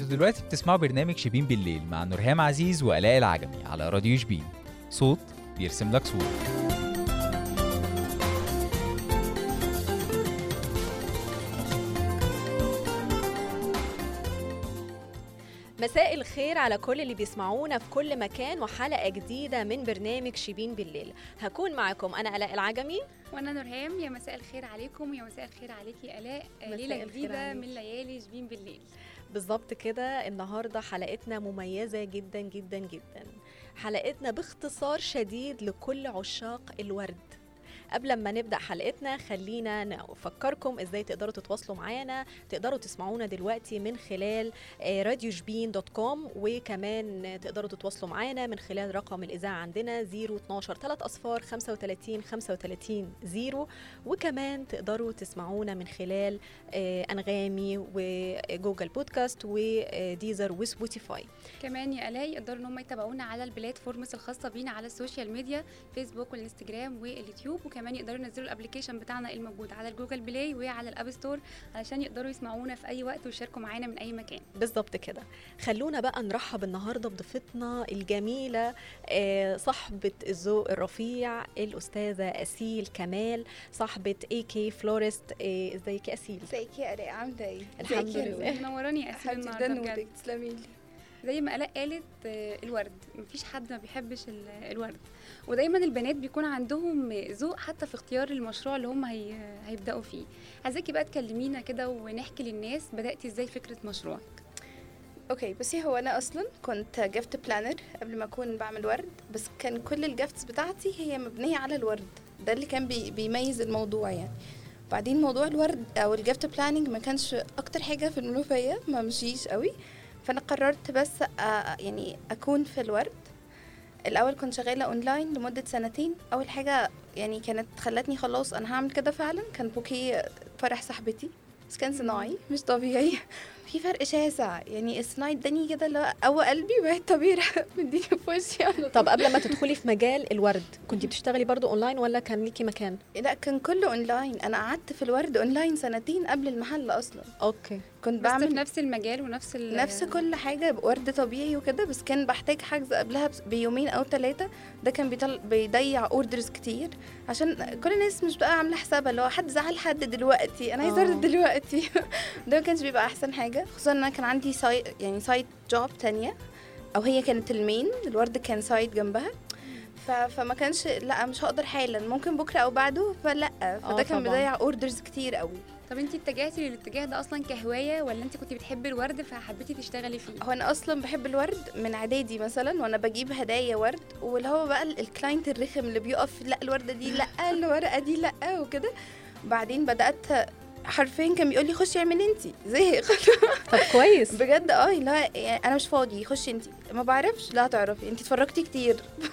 انتوا دلوقتي بتسمعوا برنامج شبين بالليل مع نورهام عزيز وآلاء العجمي على راديو شبين، صوت بيرسم لك صورة. مساء الخير على كل اللي بيسمعونا في كل مكان، وحلقة جديدة من برنامج شبين بالليل. هكون معكم أنا آلاء العجمي وانا نورهام. يا مساء الخير عليكم ويا مساء الخير عليكي آلاء. ليلة جديدة من ليالي شبين بالليل. بالظبط كده. النهاردة حلقتنا مميزة جدا جدا جدا. حلقتنا باختصار شديد لكل عشاق الورد. قبل ما نبدأ حلقتنا خلينا نفكركم ازاي تقدروا تتواصلوا معانا. تقدروا تسمعونا دلوقتي من خلال radioshbin.com، وكمان تقدروا تتواصلوا معانا من خلال رقم الإذاعة عندنا 012 3 35 35 0، وكمان تقدروا تسمعونا من خلال أنغامي وجوجل بودكاست وديزر وسبوتيفاي. كمان يا آلاء يقدروا ان هم يتابعونا على البلاتفورمز الخاصة بينا على السوشيال ميديا، فيسبوك والانستجرام واليوتيوب، وكمان يقدروا ينزلوا الابليكيشن بتاعنا الموجود على الجوجل بلاي وعلى الاب ستور علشان يقدروا يسمعونا في اي وقت ويشاركوا معانا من اي مكان. بالظبط كده. خلونا بقى نرحب النهارده بضيفتنا الجميله صاحبه الذوق الرفيع الاستاذه اسيل كمال، صاحبه AK Florist. ازيك يا اسيل؟ ازيك يا آلاء، عامله ايه؟ الحمد لله. منوراني يا اسيل النهارده بجد. تسلمي لي. زي ما آلاء قالت الورد، مفيش حد ما بيحبش الورد، ودايما البنات بيكون عندهم ذوق حتى في اختيار المشروع اللي هم هيبداوا فيه. عايزاكي بقى تكلمينا كده ونحكي للناس بداتي ازاي فكره مشروعك. اوكي، بصي هو انا اصلا كنت جيفت بلانر قبل ما اكون بعمل ورد، بس كان كل الجيفتس بتاعتي هي مبنيه على الورد، ده اللي كان بيميز الموضوع يعني. بعدين موضوع الورد او الجيفت بلاننج ما كانش اكتر حاجه في المنوفيه، ما مشيش قوي، فانا قررت بس يعني اكون في الورد. الاول كنت شغاله اونلاين لمده 2 سنين. اول حاجه يعني كانت خلتني خلاص انا هعمل كده فعلا كان بوكيه فرح صاحبتي، بس كان صناعي مش طبيعي. في فرق شاسع يعني، الصناعي اداني كده اللي هو قلبي بقيت طبيعي مديني في وشي. طب قبل ما تدخلي في مجال الورد كنتي بتشتغلي برضو اونلاين ولا كان ليكي مكان؟ لا، كان كله اونلاين. انا قعدت في الورد اونلاين 2 سنين قبل المحل اصلا. اوكي. كنت بس بعمل في نفس المجال ونفس كل حاجه ورد طبيعي وكده، بس كان بحتاج حجز قبلها بيومين او 3. ده كان بيضيع اوردرز كتير، عشان كل الناس مش بقى عامله حسابها لو حد زعل حد دلوقتي انا عايزه ارد دلوقتي. ده ما كانش بيبقى احسن حاجه، خصوصا ان انا كان عندي سايد جوب تانية، او هي كانت المين، الورد كان سايد جنبها. فما كانش لا مش هقدر حالا، ممكن بكره او بعده، فده كان بيضيع اوردرز كتير قوي. طب انتي اتجهتي للاتجاه ده اصلا كهوايه ولا انتي كنتي بتحبي الورد فحبيتي تشتغلي فيه؟ هو انا اصلا بحب الورد من اعدادي مثلا، وانا بجيب هدايا ورد، واللي هو بقى الكلاينت الرخم اللي بيقف لا الورده دي لا الورقه دي لا وكده. بعدين بدات حرفيا كان بيقول لي خشي اعملي انتي زي طب كويس بجد. لا يعني انا مش فاضي، خشي انتي. ما بعرفش، لا تعرفي انتي اتفرجتي كتير.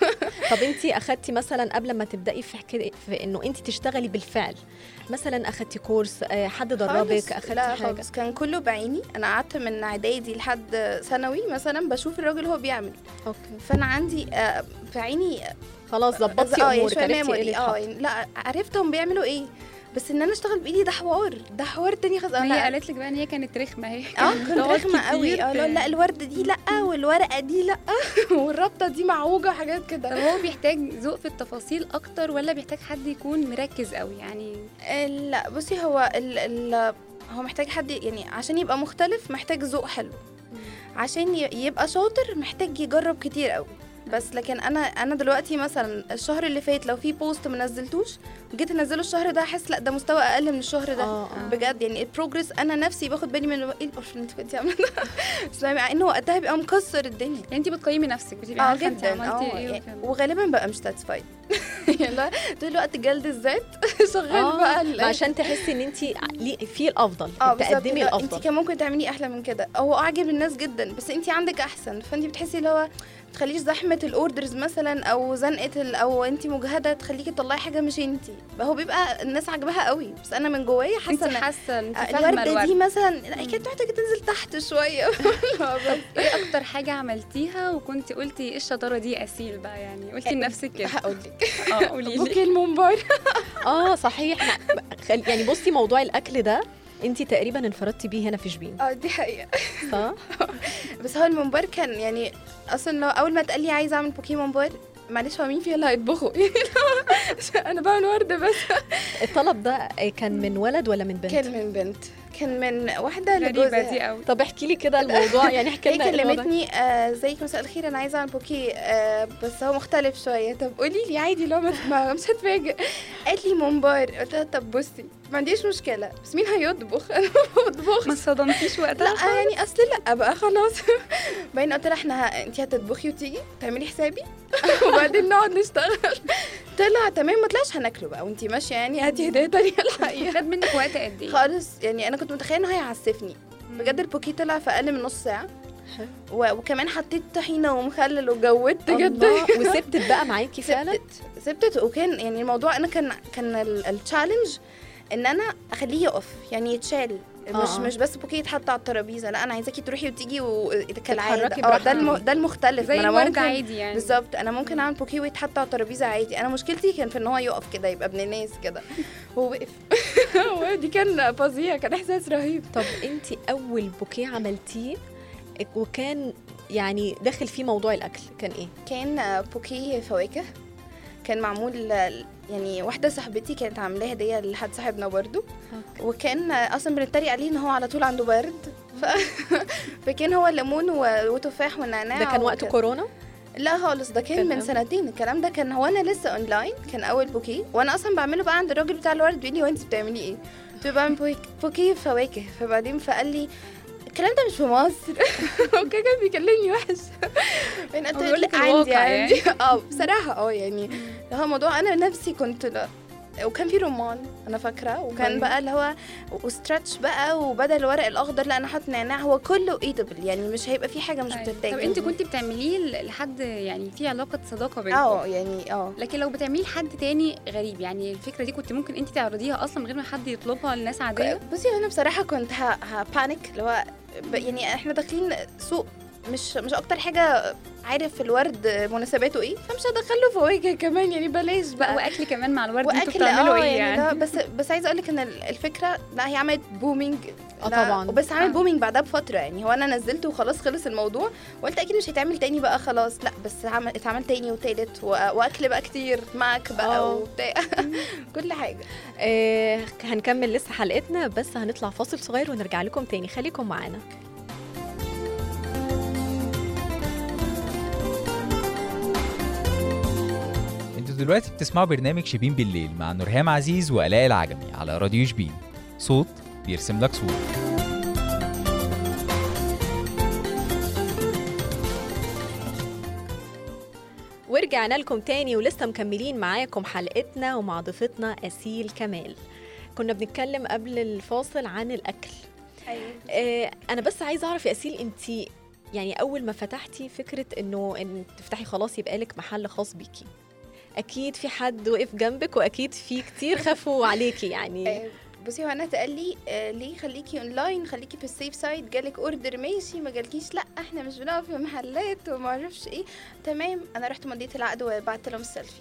طب انتي اخدتي مثلا قبل ما تبداي في انه انتي تشتغلي بالفعل، مثلا اخدتي كورس، حد دربك، اخدتي لا حاجه؟ خالص، كان كله بعيني. انا قعدت من اعدادي لحد ثانوي مثلا بشوف الراجل هو بيعمل. اوكي. فانا عندي في عيني خلاص ظبطتي امورك، عرفتي ايه لا عرفتهم بيعملوا ايه، بس ان انا اشتغل بايدي ده حوار تاني خالص. هي قالت لك بقى ان هي كانت رخمه، هي كنت رخمه قوي. لا الورد دي لا، والورقه دي لا، والربطه دي معوجه وحاجات كده. طب هو بيحتاج ذوق في التفاصيل اكتر ولا بيحتاج حد يكون مركز قوي يعني؟ لا بصي هو هو محتاج حد يعني عشان يبقى مختلف، محتاج ذوق حلو. عشان يبقى شاطر محتاج يجرب كتير قوي. بس لكن انا دلوقتي مثلا الشهر اللي فات لو في بوست ما نزلتوش جيت انزله الشهر ده، احس لا ده مستوى اقل من الشهر ده. بجد يعني البروجرس انا نفسي باخد بالي من ايه القرف اللي انت كنتي عامله ده. بس مع انه وقتها بيبقى مكسر الدنيا. يعني انت بتقيمي نفسك، بتبقى عارفه انت عملتي ايه يعني وغالبا بقى مش ساتسفايد. يلا طول الوقت جلد الذات شغال بقى عشان تحسي ان انت في الافضل، تقدمي الافضل. انت كان ممكن تعملي احلى من كده، هو اعجب الناس جدا بس انت عندك احسن، فانت بتحسي اللي هو تخليش زحمه الاوردرز مثلا او زنقه او انت مجهده تخليكي تطلعي حاجه مش انت. هو بيبقى الناس عجبها قوي، بس انا من جوايا حاسه انت فاهمه الورده دي مثلا كانت محتاجه تنزل تحت شويه. ايه اكتر حاجه عملتيها وكنت قلتي ايه الشطاره دي اسيل بقى، يعني قلتي لنفسك كده؟ هقول لك قولي لي. بوكيه الممبار. صحيح. يعني بصي موضوع الاكل ده انت تقريبا انفردتي بيه هنا في شبين دي حقيقه. صح؟ بس هو الممبار كان يعني اصلا لو اول ما اتقال لي عايزه اعمل بوكيه ممبار، معلش هو مين فيها اللي هيطبخه؟ انا بعمل ورده بس. الطلب ده كان من ولد ولا من بنت؟ كان من بنت، كان من واحده غريبة لجوزها. دي قوي. طب احكي لي كده الموضوع، يعني احكي هي لنا الموضوع. كلمتني زيك مساء الخير انا عايزه اعمل بوكيه بس هو مختلف شويه، طب قولي لي عادي لو مش هتفاجئ. قالت لي ممبار، قلت لها طب بصي ما عنديش مشكله بس مين هيطبخ؟ انا ما بطبخش. ما صدمتيش وقتها؟ لا يعني اصل لا بقى خلاص. باين قلت لها انت هتطبخي وتيجي تعملي حسابي وبعدين نقعد نشتغل. طلع تمام، ما طلعش هناكله بقى وانت ماشيه يعني هاتي هدايا تانية. الحقيقه خد منك وقت قد ايه؟ خالص يعني انا كنت متخيله انه هيعسفني بجد. البوكيه طلع في اقل من نص ساعه وكمان حطيت طحينه ومخلل وجودت جدا. وسبتت بقى معاكي فعلا؟ سبتت وكان يعني الموضوع انا كان التشالنج ان انا اخليه يقف يعني يتشال، مش بس بوكيه يتحط على الترابيزه، لا انا عايزاكي تروحي وتيجي كالعاده. ده المختلف. زي انا الورد عادي يعني. بالظبط انا ممكن اعمل بوكيه ويتحط على الترابيزه عادي. انا مشكلتي كان في ان هو يقف كده يبقى ابن الناس كده. هو وقف. ودي كان فظيع، كان احساس رهيب. طب انتي اول بوكيه عملتيه وكان يعني داخل فيه موضوع الاكل كان ايه؟ كان بوكيه فواكه، كان معمول يعني واحده صاحبتي كانت عاملاه هديه لحد صاحبنا برضو. وكان اصلا بنتريق عليه ان هو على طول عنده برد فكان هو الليمون وتفاح والنعناع. ده كان وقت كورونا؟ لا خالص، ده كان من سنتين. الكلام ده كان هو انا لسه اونلاين، كان اول بوكيه وانا اصلا بعمله بقى عند الراجل بتاع الورد. بيقول لي هو انت بتعملي ايه؟ قلت له بعمل بوكيه فواكه. فبعدين فقال لي الكلام ده مش في مصر. اوكي كان بيكلمني وحش. انا قلت له عندي بصراحه يعني هو موضوع انا نفسي كنت لا. وكان في رمان انا فاكره، وكان بقى اللي هو وستريتش بقى، وبدل الورق الاخضر لا انا حاطط نعناع. هو كله ايتبل يعني مش هيبقى فيه حاجه مش بتتاكل. طب انت كنت بتعمليه لحد يعني في علاقه صداقه بينكم؟ يعني لكن لو بتعمليه لحد تاني غريب، يعني الفكره دي كنت ممكن انت تعرضيها اصلا من غير ما حد يطلبها لناس عاديه؟ بصي انا بصراحه كنت هبانيك اللي هو يعني احنا داخلين سوق مش اكتر حاجه عارف الورد مناسباته ايه، فمش هدخله فواكه كمان يعني بلاش بقى. واكل كمان مع الورد انتوا واكل بتعملوا ايه يعني بس عايزه اقول لك ان الفكره لا هي عملت بومينج. طبعا بس عمل بومينج بعدها بفتره يعني. هو انا نزلته وخلاص خلص الموضوع وقلت اكيد مش هيتعمل تاني بقى خلاص، لا بس اتعمل تاني وتالت واكل بقى كتير معك بقى وبتاع كل حاجه. هنكمل لسه حلقتنا بس هنطلع فاصل صغير ونرجع لكم تاني، خليكم معانا. دلوقتي بتسمعوا برنامج شبين بالليل مع نورهام عزيز وآلاء العجمي على راديو شبين. صوت بيرسم لك صورة. ورجعنا لكم تاني ولسه مكملين معاكم حلقتنا ومع ضيفتنا أسيل كمال. كنا بنتكلم قبل الفاصل عن الأكل. أيوة. أنا بس عايزة أعرف يا أسيل، أنتي يعني أول ما فتحتي فكرة إن تفتحي خلاص يبقى لك محل خاص بيكي، أكيد في حد وقف جنبك وأكيد في كتير خافوا عليكي يعني. بصي هو انا اتقال لي ليه خليكي اونلاين، خليكي في السيف سايد، جالك اوردر ماشي، ما جالكيش لا احنا مش بنقف في محلات وما اعرفش ايه. تمام انا رحت مضيت العقد وبعت لهم السيلفي.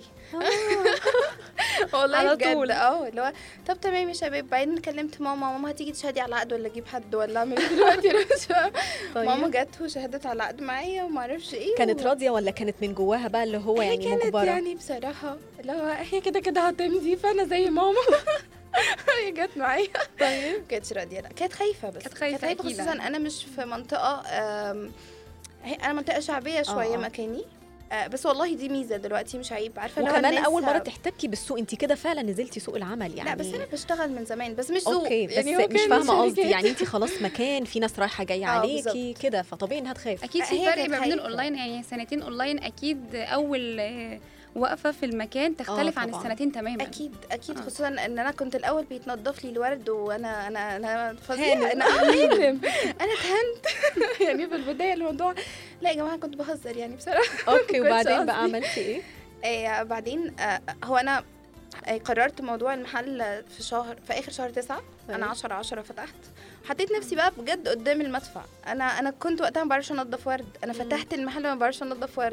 والله بجد اللي هو طب تمام يا شباب. بعدين كلمت ماما هتيجي تشهدي على العقد ولا اجيب حد ولا اعمل ايه دلوقتي؟ طيب. ماما جت وشهدت على العقد معايا وما اعرفش ايه. كانت راضيه ولا كانت من جواها بقى اللي هو يعني كانت مجبره؟ يعني بصراحه اللي هو هي كده هتمضي فانا زي ماما. هي جت معايا. طيب كانتش راضيه، لا كانت خايفه. بس كانت خايفه خصوصا انا مش في منطقه انا منطقه شعبيه شويه مكاني. بس والله دي ميزه دلوقتي مش عيب. عارفه وكمان اول مره تحتكي بالسوق، انت كده فعلا نزلتي سوق العمل يعني. لا بس انا بشتغل من زمان بس مش سوق. اوكي بس يعني مش فاهمه قصدي يعني انت خلاص مكان في ناس رايحه جايه عليكي كده، فطبيعي انها تخاف. اكيد في فرق ما بين الاونلاين، يعني سنتين اونلاين اكيد اول وقفه في المكان تختلف عن السنتين تماما. اكيد خصوصا ان انا كنت الاول بيتنضف لي الورد وانا انا فظيعه. انا انا اتهنت يعني في البدايه الموضوع. لا يا جماعه كنت بهزر يعني بصراحه. اوكي وبعدين بقى عملتي ايه؟ بعدين هو انا قررت موضوع المحل في اخر شهر 9. انا 10 فتحت. حطيت نفسي بقى بجد قدام المدفع. انا كنت وقتها ما بعرفش انضف ورد. انا فتحت المحل ما بعرفش انضف ورد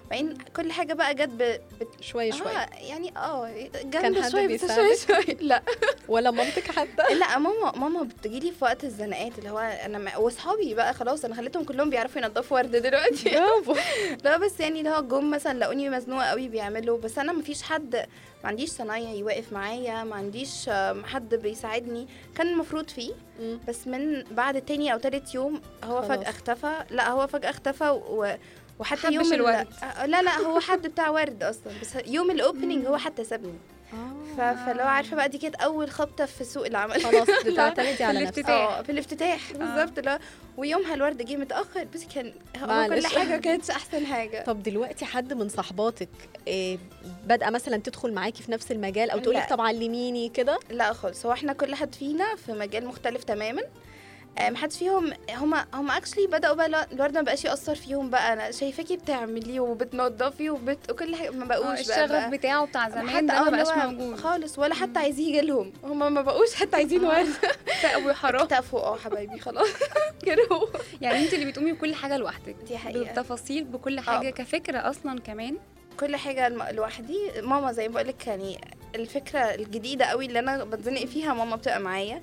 بعدين كل حاجه بقى جت شويه يعني كان جنب حد شويه بس شويه لا ولا مامتك حتى؟ لا ماما بتجيلي في وقت الزنقات اللي هو انا واصحابي بقى خلاص انا خليتهم كلهم بيعرفوا ينظفوا ورد دلوقتي. برافو. لا بس يعني اللي هو جم مثلا لقوني مزنوقه قوي بيعملوا، بس انا مفيش حد، ما عنديش صنايعي يوقف معايا، ما عنديش حد بيساعدني. كان المفروض فيه بس من بعد تاني او تالت يوم هو خلاص. فجأة اختفى. لا هو فجأة اختفى وحتى يوم الورد. لا هو حد بتاع ورد اصلا، بس يوم الاوبننج هو حتى سابني. فلو عارفه بقى دي كانت اول خبطه في سوق العمل. خلاص بتعتمدي على نفسك. في الافتتاح بالظبط. لا ويومها الورد جه متاخر، بس كان هو كل حاجه كانت احسن حاجه. طب دلوقتي حد من صحباتك بدأ مثلا تدخل معاكي في نفس المجال او تقولك طب علميني كده؟ لا خالص، هو احنا كل حد فينا في مجال مختلف تماما. محدش فيهم هم اكشلي بدأوا بقى الورد ما بقاش يأثر فيهم بقى. انا شايفاكي بتعملي وبتنظفي وكل حاجه، ما بقوش الشغف بقى بتاعه بتاع زمان ده ما بقاش موجود خالص، ولا حتى عايزين يجي لهم. هم ما بقوش حتى عايزين ورد. اكتئبوا يا حرام. اكتفوا حبايبي خلاص كده. يعني انت اللي بتقومي بكل حاجه لوحدك، دي حقيقة. بالتفاصيل بكل حاجه كفكره اصلا كمان كل حاجه لوحدي. ماما زي ما بقولك يعني الفكره الجديده قوي اللي انا بتزنق فيها ماما بتبقى معايا.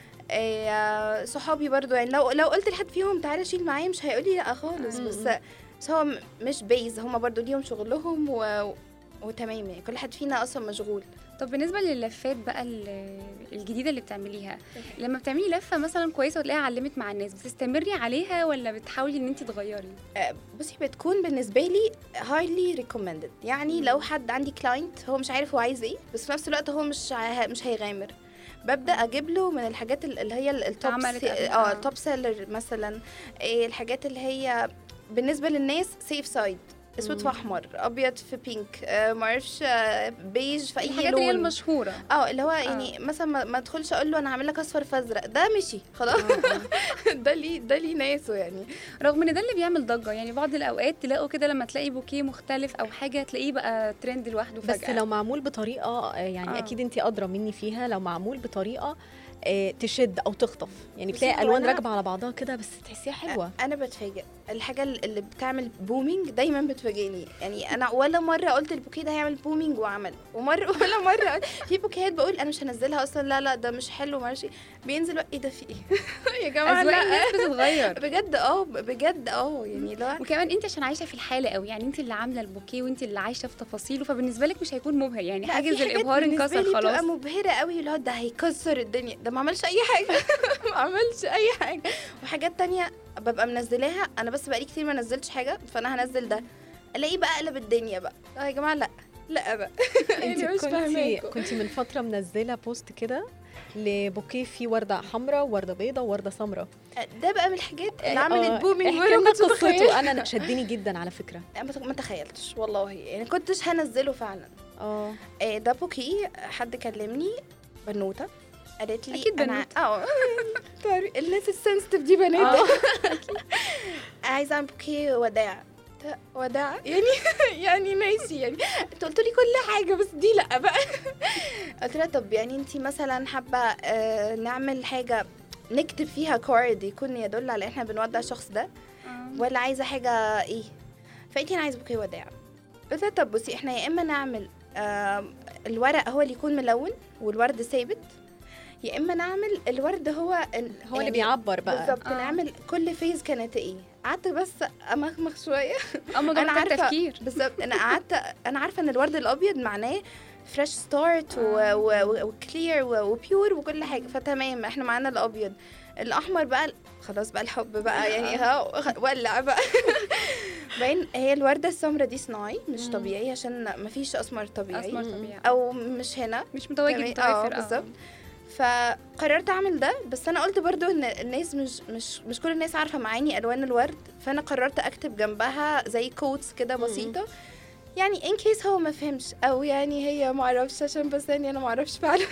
صحابي برضو يعني لو قلت لحد فيهم تعالى شيل معايا مش هيقولي لا خالص. بس هو مش بيز، هما برضو ليهم شغلهم وتمام يعني كل حد فينا اصلا مشغول. طب بالنسبه لللفات بقى الجديده اللي بتعمليها، لما بتعملي لفه مثلا كويسه وتلاقيها علمت مع الناس، بتستمري عليها ولا بتحاولي ان انت تغيري؟ بصي بتكون بالنسبه لي highly recommended. يعني لو حد عندي كلاينت هو مش عارف هو عايز ايه، بس في نفس الوقت هو مش هيغامر، ببدأ أجيب له من الحاجات اللي هي التوب سيلر مثلا. الحاجات اللي هي بالنسبة للناس سيف سايد، اسود في احمر، ابيض في بينك، معرفش بيج في اي لون. الحاجات اللي هي المشهوره اللي هو يعني مثلا ما ادخلش اقول له انا هعمل لك اصفر فازرق، ده مشي خلاص. ده ليه ناسه يعني. رغم ان ده اللي بيعمل ضجه، يعني بعض الاوقات تلاقوا كده لما تلاقي بوكيه مختلف او حاجه تلاقيه بقى ترند لوحده فجاه. بس لو معمول بطريقه يعني اكيد انتي ادرى مني فيها، لو معمول بطريقه تشد او تخطف، يعني بتلاقي الوان راكبه على بعضها كده بس تحسيها حلوه. انا بتفاجئ الحاجه اللي بتعمل بومينج دايما بتفاجئني. يعني انا ولا مره قلت البوكيه ده هيعمل بومينج وعمل، ولا مره في بوكيهات بقول انا مش هنزلها اصلا، لا ده مش حلو ما اعرفش، بينزل ايه ده في ايه. يا جماعه لا الناس بتتغير بجد يعني لا. وكمان انت عشان عايشه في الحاله قوي، يعني انت اللي عامله البوكيه وانت اللي عايشه في تفاصيله، فبالنسبه لك مش هيكون مبهر، يعني حاجز الابهار انكسر خلاص. بتبقى مبهره قوي، اللي هو ده هيكسر الدنيا، ده ما عملش اي حاجه. ما عملش اي حاجه. وحاجات تانية ببقى منزلاها انا، بس بقالي كتير ما نزلتش حاجه، فانا هنزل ده الاقيه بقى قلب الدنيا بقى. يا جماعه لا بقى. انت كنتي من فتره منزله بوست كده لبوكيه فيه ورده حمراء وورده بيضاء وورده سمراء، ده بقى من الحاجات اللي عملت بومينج. وانا قصته انا شدني جدا على فكره. ما تخيلتش والله، يعني كنتش هنزله فعلا. ده بوكيه حد كلمني بنوته قالت لي اكيد انا الناس السنسيتيف دي بنات. عايزه اعمل بوكيه وداع يعني ماشي، يعني انت قلت لي كل حاجه بس دي لا بقى. قلت لها طب يعني انت مثلا حابه نعمل حاجه نكتب فيها كارد يكون يدل على احنا بنودع الشخص ده، ولا عايزه حاجه ايه؟ فقلت انا عايزه بوكيه وداع. قلت لها طب بصي احنا يا اما نعمل الورق هو اللي يكون ملون والورد ثابت، يا اما نعمل الورد هو يعني اللي بيعبر بقى بالظبط. نعمل كل فيز كانت ايه. قعدت بس امخمخ شويه. انا عارفه التفكير بالظبط. انا عارفه ان الورد الابيض معناه فريش ستارت وكلير وبيور وكل حاجه، فتمام احنا معانا الابيض. الاحمر بقى خلاص بقى الحب بقى يعني ولع بقى. باين هي الورده السمراء دي صناعي مش طبيعي، عشان مفيش اسمر طبيعي او مش هنا مش متواجد متوفر بالظبط. فقررت اعمل ده، بس انا قلت برضو ان الناس مش كل الناس عارفه معاني الوان الورد، فانا قررت اكتب جنبها زي كوتس كده بسيطه، يعني ان كيس هو ما فهمش او يعني هي ما عرفش، عشان بس يعني انا ما اعرفش فعلا.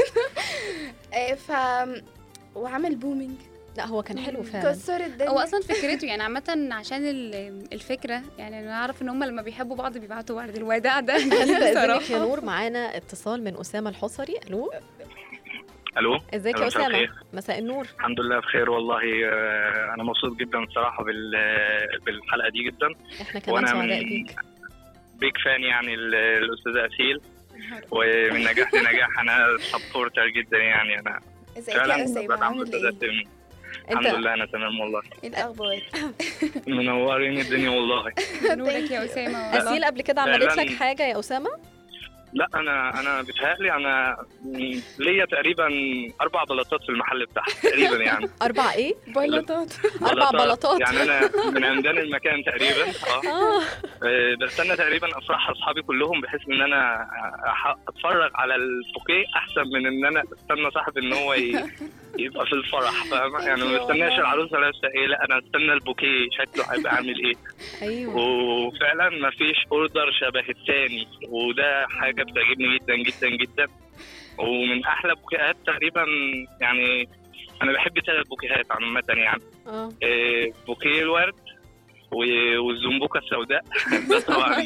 وعمل بومينج. لا هو كان حلو فعلا، كسر الدنيا. هو اصلا فكرته يعني عامه عشان الفكره، يعني انا اعرف ان هم لما بيحبوا بعض بيبعتوا ورد. الوداع ده بصراحه. يا نور معانا اتصال من اسامه الحصري. الو ازيك يا اسامه؟ مساء النور. الحمد لله بخير والله. انا مبسوط جدا بصراحه بالحلقه دي جدا. احنا كمان سعداء بيك. بيك فان يعني الأستاذة أسيل، ومن نجاح لنجاح أنا سبورتر جدا يعني. أنا ازيك يا أسامة، عامل ايه؟ الحمد لله أنا تمام والله. ايه الأخبار؟ منورين الدنيا والله. نورك يا أسامة والله. أسيل قبل كده عملت لك حاجة يا أسامة؟ لا انا بيتهيألي انا ليا تقريبا 4 بلاطات في المحل بتاعها تقريبا يعني. 4 ايه؟ بلاطات. 4 بلاطات يعني انا من عمدان المكان تقريبا. بس انا تقريبا افرح اصحابي كلهم بحيث ان انا اتفرج على البوكيه احسن من ان انا استنى صاحبي ان هو يبقى في الفرح، فاهمه يعني؟ ما استناش العروسه لابسه ايه، لا انا استنى البوكيه شكله هيبقى عامل ايه. ايوه. وفعلا ما فيش اوردر شبه الثاني، وده حاجه بتعجبني جدا جدا جدا. ومن احلى البوكيهات تقريبا يعني، انا بحب 3 بوكيهات عامه يعني. بوكيه الورد والزنبوكه السوداء ده طبعا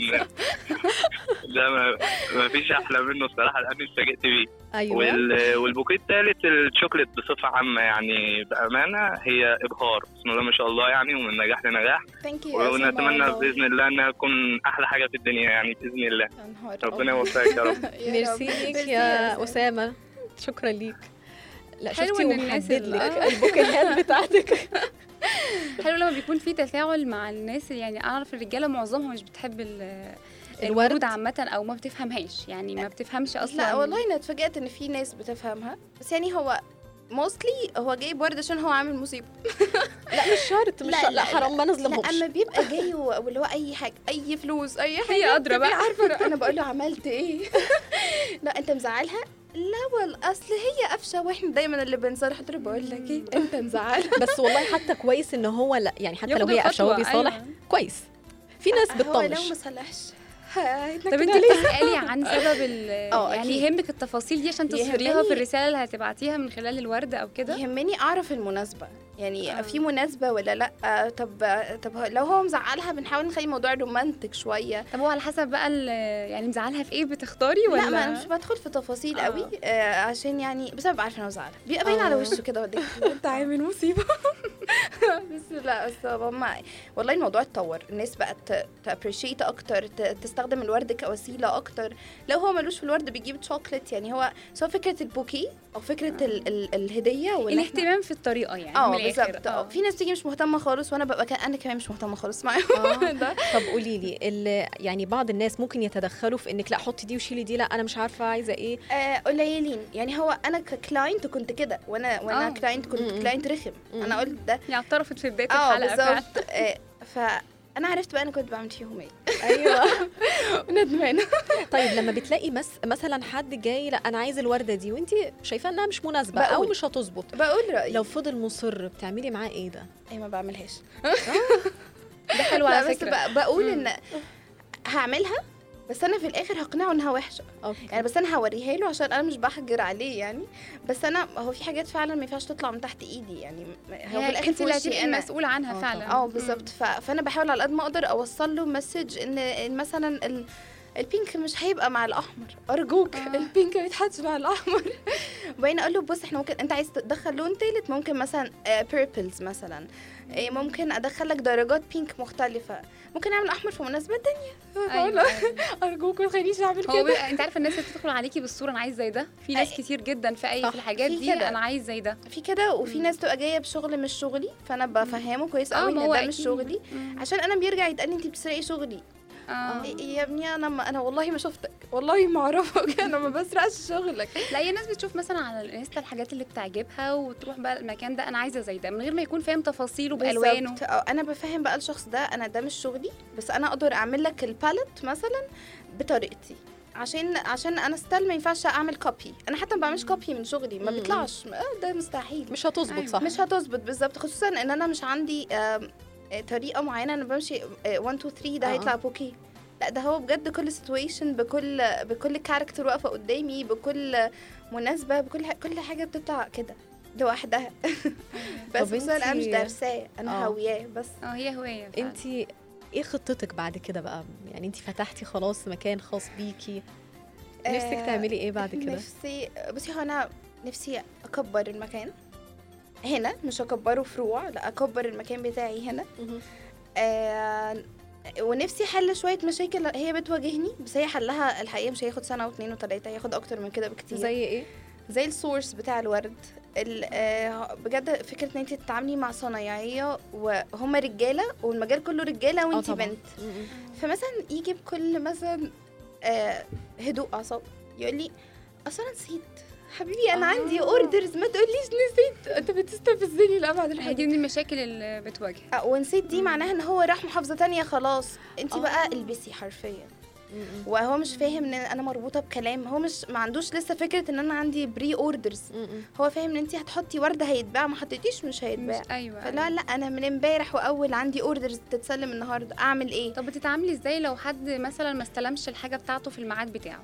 ده ما فيش احلى منه الصراحه، لاني اتفاجئت بيه. أيوة. والبوكيه الثالث الشوكليت بصفه عامه يعني، بامانه هي ابهار بسم الله ما شاء الله يعني، ومن نجاح لنجاح. ونتمنى باذن الله انها تكون احلى حاجه في الدنيا يعني باذن الله. ربنا يوفقك يا رب. ميرسي ليك يا أسامة، شكرا ليك. لا شفتي ومحدد لك البوكيهات بتاعتك. حلو لما بيكون في تفاعل مع الناس. يعني اعرف الرجاله معظمها مش بتحب الورد عامه، او ما بتفهمهاش يعني، ما بتفهمش اصلا. لا والله انا اتفاجئت ان في ناس بتفهمها، بس يعني هو موستلي هو جايب ورد عشان هو عامل مصيبه. لا مش شرط، مش لا حرام ما نظلمهمش. اما بيبقى جاي واللي هو اي حاجه، اي فلوس، اي حاجه، هي ادرى بقى. عارفه انا بقول له عملت ايه؟ لا انت مزعلها. لا والله اصل هي قفشه، واحنا دايما اللي بنصالح. قلت له بقول لك ايه، انت مزعلها. بس والله حتى كويس ان هو لا يعني، حتى لو هي قفشه هو بيصالح. أيوة. كويس. في ناس بتطنش. هو لو ما صلحش. طب انت ليه تسالي عن سبب يعني يهمك التفاصيل دي عشان تصفريها في الرساله اللي هتبعتيها من خلال الورد او كده؟ يهمني اعرف المناسبه يعني. في مناسبه ولا لا؟ طب لو هو مزعلها بنحاول نخلي الموضوع رومانتك شويه. طب هو على حسب بقى يعني مزعلها في ايه بتختاري ولا؟ لا ما انا مش بدخل في تفاصيل قوي عشان يعني، بس انا بعرف انا مزعله بيبقى باين على وشه كده وديك انت عامل مصيبه. بس لا بس والله الموضوع اتطور، الناس بقت تابريشيت اكتر، تستخدم الورد كوسيله اكتر. لو هو ملوش في الورد بيجيب شوكليت يعني، هو سواء فكره البوكيه او فكره الهديه الاهتمام في الطريقه يعني. بالظبط. في ناس تيجي مش مهتمه خالص، وانا ببقى انا كمان مش مهتمه خالص معاهم. طب قولي لي يعني بعض الناس ممكن يتدخلوا في انك لا حطي دي وشيلي دي، لا انا مش عارفه عايزه ايه. قليلين يعني. هو انا ككلاينت كنت كده، وانا كلاينت كنت كلاينت رخم. انا قلت ده يعني اعترفت في بدايه الحلقه بالظبط. فانا عرفت بقى انا كنت بعمل فيهم ايه. ايوه. ندمانه. طيب لما بتلاقي مثلا حد جاي لا انا عايز الورده دي وانت شايفه انها مش مناسبه او مش هتظبط، بقول رايي. لو فضل مصر بتعملي معاه ايه ده؟ ما بعملهاش. ده حلو على فكره. بس بقول ان هعملها، بس انا في الاخر هقنعه انها وحشه. يعني بس انا هوريها له عشان انا مش بحجر عليه يعني. بس انا هو في حاجات فعلا ما ينفعش تطلع من تحت ايدي يعني. هو في الاخر انت اللي هتبقي مسؤوله عنها فعلا. بالظبط. فانا بحاول على قد ما اقدر اوصل له مسج ان مثلا البينك مش هيبقى مع الاحمر، ارجوك. البينك ما يتحطش مع الاحمر. وبعدين اقول له بص احنا ممكن انت عايز تدخل لون ثالث، ممكن مثلا بيربلز مثلا، ممكن ادخل لك درجات بينك مختلفه، ممكن اعمل احمر في مناسبات تانية. أيوة. ارجوك ما تخلينيش اعمل كده. انت عارفه الناس اللي بتدخل عليكي بالصوره انا عايز زي ده. في ناس كتير جدا في الحاجات دي كده. انا عايز زي ده في كده. وفي ناس تبقى جايه بشغل مش شغلي، فانا بفهمه كويس قوي ان ده مش شغلي، عشان انا بيرجع يتقال انت بتسرقي شغلي. يا ابني انا والله ما شفتك، والله ما اعرفك، انا ما بسرقش شغلك. لا هي الناس بتشوف مثلا على الانستا الحاجات اللي بتعجبها وتروح بقى المكان ده انا عايزه زي ده من غير ما يكون فاهم تفاصيله بالوانه. انا بفهم بقى الشخص ده انا ده مش شغلي، بس انا اقدر اعمل لك الباليت مثلا بطريقتي، عشان انا ستايل ما ينفعش اعمل كوبي. انا حتى ما بعملش كوبي من شغلي، ما بيطلعش، ده مستحيل، مش هتظبط. صح مش هتظبط بالظبط، خصوصا ان انا مش عندي طريقه معينه انا بمشي 1 2 3 ده هيطلع بوكي. لا ده هو بجد كل سيتويشن بكل كاركتر واقفه قدامي، بكل مناسبه، كل حاجه بتطلع كده لوحدها. بس انا مش دارساه، انا هوياه بس. هي هوايه. انت ايه خطتك بعد كده بقى؟ يعني انت فتحتي خلاص مكان خاص بيكي، نفسك تعملي ايه بعد كده؟ بصي هو انا نفسي اكبر المكان هنا، مش اكبره فروع، لا اكبر المكان بتاعي هنا. ونفسي حل شويه مشاكل هي بتواجهني، بس هي حلها الحقيقه مش هياخد سنه و2 و3، هياخد اكتر من كده بكتير. زي ايه؟ زي السورس بتاع الورد. بجد فكره ان انت تتعاملي مع صنايعيه وهم رجاله والمجال كله رجاله وانت بنت، فمثلا يجي بكل مثلا هدوء اعصاب يقول لي اصلا نسيت حبيبي انا عندي اوردرز، ما تقوليش نسيت، انت بتستفزني لأبعد الحدود. دي من المشاكل اللي بتواجه. ونسيت دي معناها ان هو راح محافظه تانية خلاص، انت بقى البسي حرفيا. وهو مش فاهم ان انا مربوطه بكلام، هو مش ما عندوش لسه فكره ان انا عندي بري اوردرز. هو فاهم ان انت هتحطي ورده هيتباع، ما حطيتيش مش هيتباع. ايوه فلا لا انا من امبارح واول عندي اوردرز تتسلم النهارده، اعمل ايه؟ طب بتتعاملي ازاي لو حد مثلا ما استلمش الحاجه بتاعته في الميعاد بتاعه؟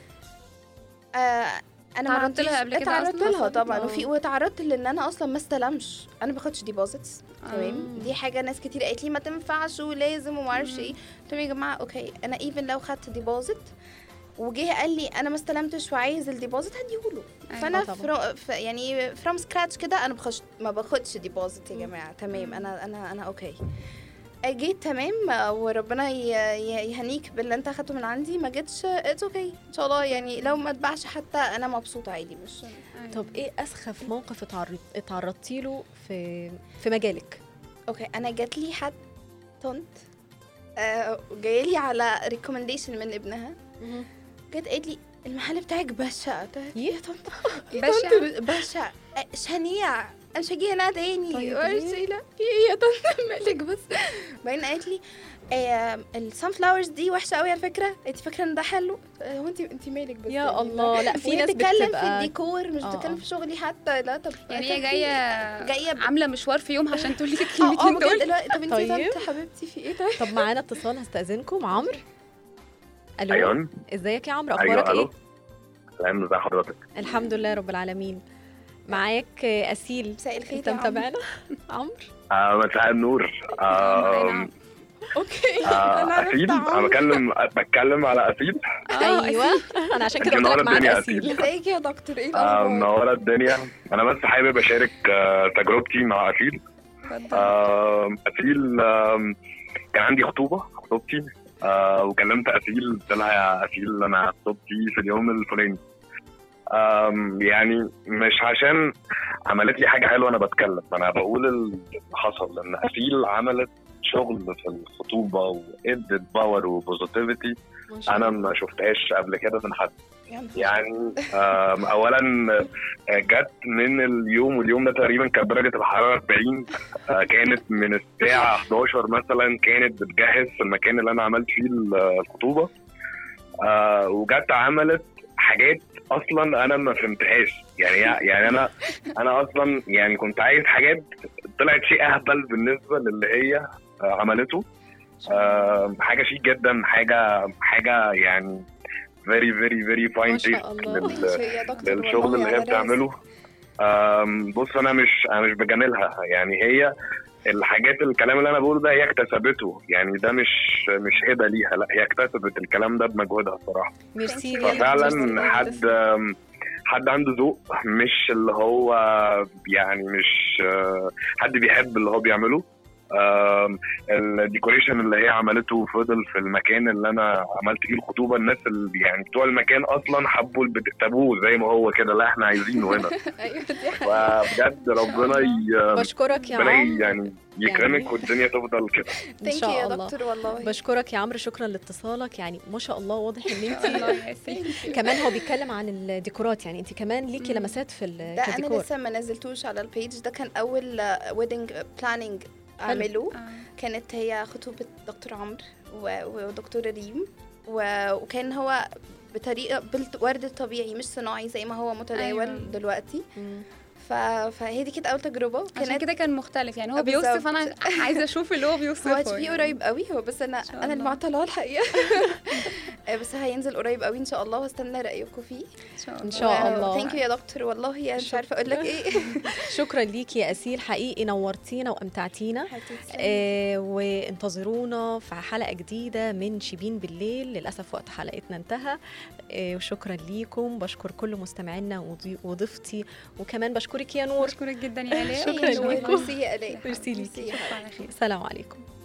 انا تعرضت لها قبل كده؟ تعرضت لها طبعا، وتعرضت لان انا اصلا ما استلمش، انا باخدش ديبوزيتس. تمام، دي حاجه ناس كتير قالت لي ما تنفعش ولازم وما اعرفش ايه. قلت لهم يا جماعه اوكي، انا ايفن لو خدت ديبوزيت وجه قال لي انا ما استلمتش وعايز الديبوزيت هديهوله. فانا يعني فروم سكراتش كده انا ما باخدش ديبوزيت يا جماعه. تمام، انا اوكي جيت تمام، وربنا يهنيك باللي انت اخدته من عندي. ما جيتش اتس اوكي ان شاء الله، يعني لو ما اتباعش حتى انا مبسوطه عادي. مش طب ايه اسخف موقف اتعرضتي له في مجالك؟ اوكي، انا جات لي حد طنط جايه لي على ريكومنديشن من ابنها، جت قالت لي المحل بتاعك بشع. يا طنط بشع شنيع، انا مش هاجي هنا تاني. طيب لا في ايه يا طنط مالك بس؟ بعدين قالت لي السان فلاورز دي وحشه قوي على فكره، انت فاكره ان ده حلو؟ هو انت مالك بس؟ يا الله، لا في ناس بتتكلم في الديكور مش بتتكلم في شغلي حتى. لا طب يعني هي جايه عامله مشوار في يوم عشان تقول لك الكلمتين دول. طب انت طيب طنط حبيبتي في ايه؟ طب معانا اتصال، هستأذنكم. عمرو، الو. ايوه ازيك يا عمرو، اخبارك ايه؟ تمام، ازي حضرتك؟ الحمد لله رب العالمين. معاك اسيل. مساء الخير. انت متابعنا عمرو؟ مساء النور. اوكي اسيل، انا بتكلم على اسيل. ايوه انا عشان كده قلت لك معاك اسيل. ازيك يا دكتور، ايه الاخبار؟ منوره الدنيا. انا بس حابب اشارك تجربتي مع اسيل. اسيل كان عندي خطوبتي وكلمت اسيل، قلت لها يا اسيل انا خطوبتي في اليوم الفلاني. يعني مش عشان عملت لي حاجه حلوه انا بتكلم، انا بقول اللي حصل. لان اسيل عملت شغل في الخطوبه وادت باور وبوزيتيفيتي انا ما شفتهاش قبل كده من حد. يعني اولا جت من اليوم ده تقريبا كانت درجه الحراره 40. كانت من الساعه 11 مثلا كانت بتجهز في المكان اللي انا عملت فيه الخطوبه. وجت عملت حاجات اصلا انا ما فهمتهاش. يعني انا اصلا يعني كنت عايز حاجات طلعت شيء اهبل بالنسبه للي هي عملته. حاجه شيك جدا، حاجه يعني very very very fine taste للشغل اللي هي بتعمله. بص انا مش بجاملها، يعني هي الحاجات الكلام اللي انا بقوله ده هي اكتسبته، يعني ده مش هبه ليها، لا هي اكتسبت الكلام ده بمجهودها الصراحه. ففعلا حد عنده ذوق، مش اللي هو يعني مش حد بيحب اللي هو بيعمله. الديكوريشن اللي هي عملته فضل في المكان اللي انا عملت فيه الخطوبه. الناس اللي يعني بتوع المكان اصلا حبوا سابوه زي ما هو كده، لا احنا عايزينه هنا. وبجد ربنا بشكرك يا عمرو، يعني يكرمك والدنيا تفضل كده ان شاء الله. يا دكتور والله بشكرك يا عمرو، شكرا لاتصالك. يعني ما شاء الله واضح ان انت كمان هو بيتكلم عن الديكورات، يعني انت كمان ليكي لمسات في الديكور. ده انا لسه ما نزلتوش على البيج، ده كان اول ويدنج بلاننج اعمله. كانت هي خطوبه دكتور عمرو ودكتور ريم، وكان هو بطريقه بالورد الطبيعي مش صناعي زي ما هو متداول دلوقتي. فهي دي كانت اول تجربه، عشان كده كان مختلف. يعني هو بيوصف، انا عايزه اشوف اللي هو بيوصفه. هو فيه قريب قوي هو، بس انا اللي معطلاه الحقيقه. بس هينزل قريب قوي ان شاء الله، واستنى رايكم فيه ان شاء الله. ثانك يو يا دكتور والله، يعني مش عارفه اقول لك ايه. شكرا ليكي يا اسيل، حقيقي نورتينا وامتعتينا. وانتظرونا في حلقه جديده من شيبين بالليل. للاسف وقت حلقتنا انتهى. وشكرا ليكم، بشكر كل مستمعينا وضيفتي، وكمان بشكرك يا نور. بشكرك جدا يا آلاء. شكرا ليكم. ميرسي يا آلاء. ميرسي ليكي. السلام عليكم.